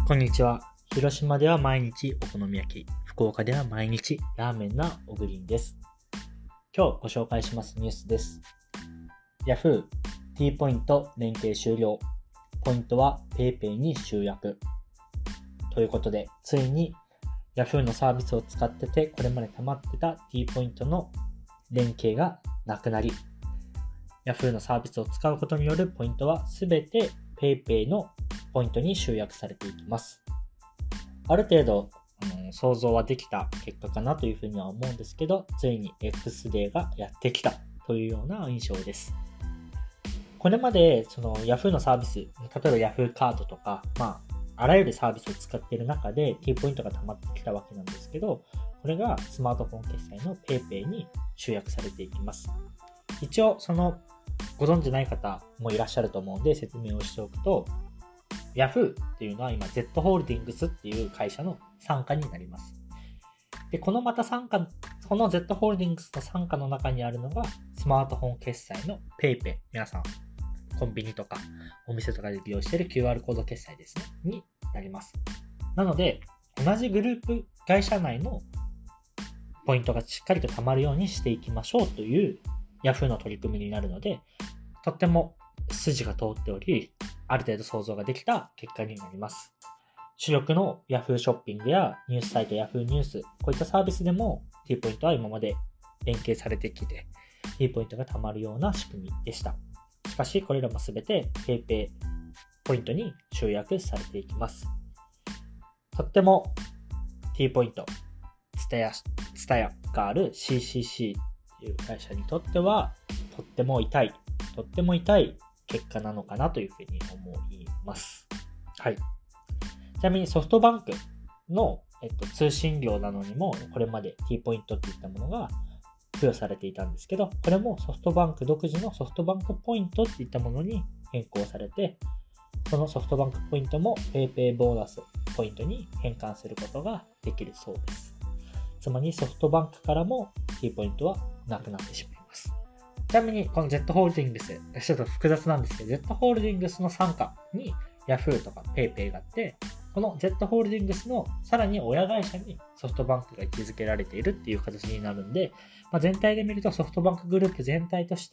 こんにちは。広島では毎日お好み焼き、福岡では毎日ラーメンな小栗です。今日ご紹介しますニュースです。Yahoo! T ポイント連携終了。ポイントは PayPay に集約。ということで、ついに Yahoo! のサービスを使ってて、これまで溜まってた T ポイントの連携がなくなり、Yahoo! のサービスを使うことによるポイントはすべて PayPay のポイントに集約されていきます。ある程度想像はできた結果かなというふうには思うんですけど、ついに X デーがやってきたというような印象です。これまでYahoo! のサービス、例えば Yahoo! カードとか、あらゆるサービスを使っている中で T ポイントが溜まってきたわけなんですけど、これがスマートフォン決済の PayPay に集約されていきます。一応ご存知ない方もいらっしゃると思うので説明をしておくと、Yahoo! っていうのは今 Z ホールディングスっていう会社の傘下になります。で、このZ ホールディングスの傘下の中にあるのがスマートフォン決済の PayPay。皆さん、コンビニとかお店とかで利用している QR コード決済ですね、になります。なので、同じグループ会社内のポイントがしっかりと貯まるようにしていきましょうという Yahoo! の取り組みになるので、とっても筋が通っており、ある程度想像ができた結果になります。主力の Yahoo! ショッピングやニュースサイト Yahoo! ニュース、こういったサービスでも T ポイントは今まで連携されてきて T ポイントが貯まるような仕組みでした。しかしこれらもすべて PayPay ポイントに集約されていきます。とっても T ポイント、TSUTAYAがある CCC という会社にとってはとっても痛い結果なのかなというふうに思います。はい。ちなみにソフトバンクの、通信料などにもこれまで T ポイントといったものが付与されていたんですけど、これもソフトバンク独自のソフトバンクポイントといったものに変更されて、そのソフトバンクポイントも PayPay ボーナスポイントに変換することができるそうです。つまりソフトバンクからも T ポイントはなくなってしまいます。ちなみにこの Z ホールディングス、ちょっと複雑なんですけど、Z ホールディングスの傘下に Yahoo! とか PayPay があって、この Z ホールディングスのさらに親会社にソフトバンクが位置づけられているっていう形になるんで、全体で見るとソフトバンクグループ全体として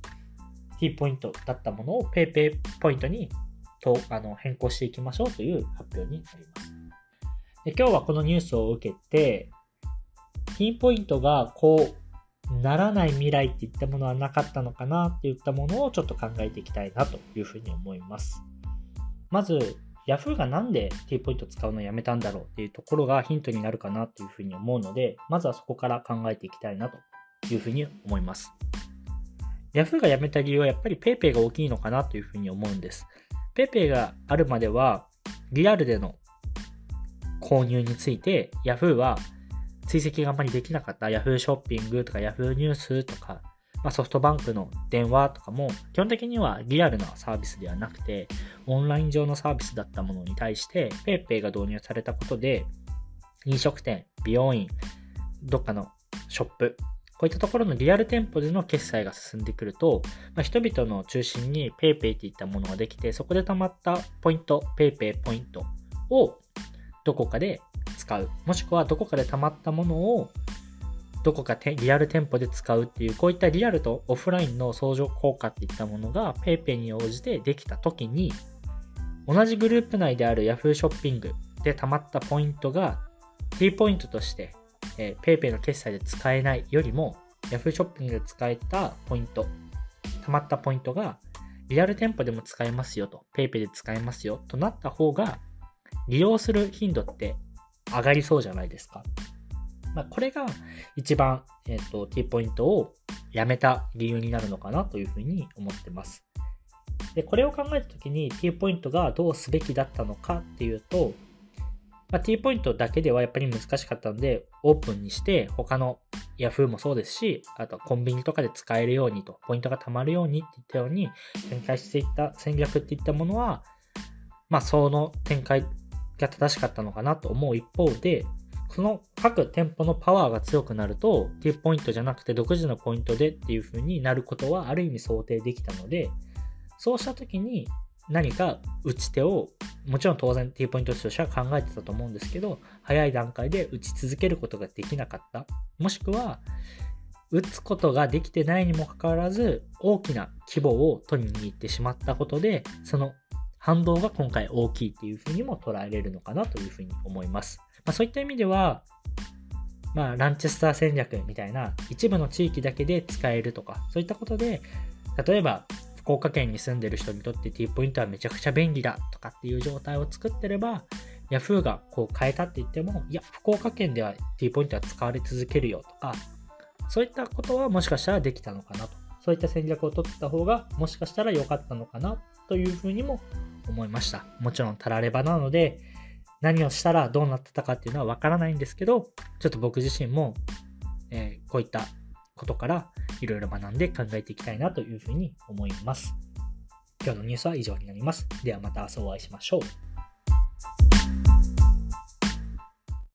T ポイントだったものを PayPay ポイントに変更していきましょうという発表になります。で、今日はこのニュースを受けて T ポイントがならない未来っていったものはなかったのかなっていったものをちょっと考えていきたいなというふうに思います。まず Yahoo! がなんで T ポイント使うのをやめたんだろうっていうところがヒントになるかなというふうに思うので、まずはそこから考えていきたいなというふうに思います。Yahoo! がやめた理由はやっぱり PayPay が大きいのかなというふうに思うんです。PayPay があるまではリアルでの購入について Yahoo! は追跡があまりできなかった Yahoo! ショッピングとか Yahoo! ニュースとか、ソフトバンクの電話とかも基本的にはリアルなサービスではなくてオンライン上のサービスだったものに対して PayPay が導入されたことで飲食店、美容院、どっかのショップ、こういったところのリアル店舗での決済が進んでくると、人々の中心に PayPay といったものができて、そこで貯まったポイント、PayPay ポイントをどこかで使う、もしくはどこかで貯まったものをどこかリアル店舗で使うっていう、こういったリアルとオフラインの相乗効果っていったものが PayPay に応じてできたときに、同じグループ内である Yahoo! ショッピングで貯まったポイントが T ポイントとして、PayPay の決済で使えないよりも Yahoo! ショッピングで使えたポイント、貯まったポイントがリアル店舗でも使えますよと、PayPay で使えますよとなった方が利用する頻度って上がりそうじゃないですか。これが一番、T ポイントをやめた理由になるのかなというふうに思ってます。で、これを考えたときに T ポイントがどうすべきだったのかっていうと、T ポイントだけではやっぱり難しかったので、オープンにして他の Yahoo! もそうですし、あとコンビニとかで使えるようにと、ポイントが貯まるようにっていったように展開していった戦略っていったものは、その展開が正しかったのかなと思う一方で、その各店舗のパワーが強くなると T ポイントじゃなくて独自のポイントでっていう風になることはある意味想定できたので、そうした時に何か打ち手をもちろん当然 T ポイントとしては考えてたと思うんですけど、早い段階で打ち続けることができなかった、もしくは打つことができてないにもかかわらず大きな規模を取りに行ってしまったことで、その反動が今回大きいっていうふうにも捉えれるのかなというふうに思います。そういった意味では、ランチェスター戦略みたいな一部の地域だけで使えるとか、そういったことで、例えば福岡県に住んでる人にとって T ポイントはめちゃくちゃ便利だとかっていう状態を作ってれば、Yahoo がこう変えたって言っても、いや福岡県では T ポイントは使われ続けるよとか、そういったことはもしかしたらできたのかなと、そういった戦略を取った方がもしかしたら良かったのかなというふうにも思いました。もちろんたらればなので何をしたらどうなってたかっていうのはわからないんですけど、ちょっと僕自身も、こういったことからいろいろ学んで考えていきたいなというふうに思います。今日のニュースは以上になります。ではまた明日お会いしましょう。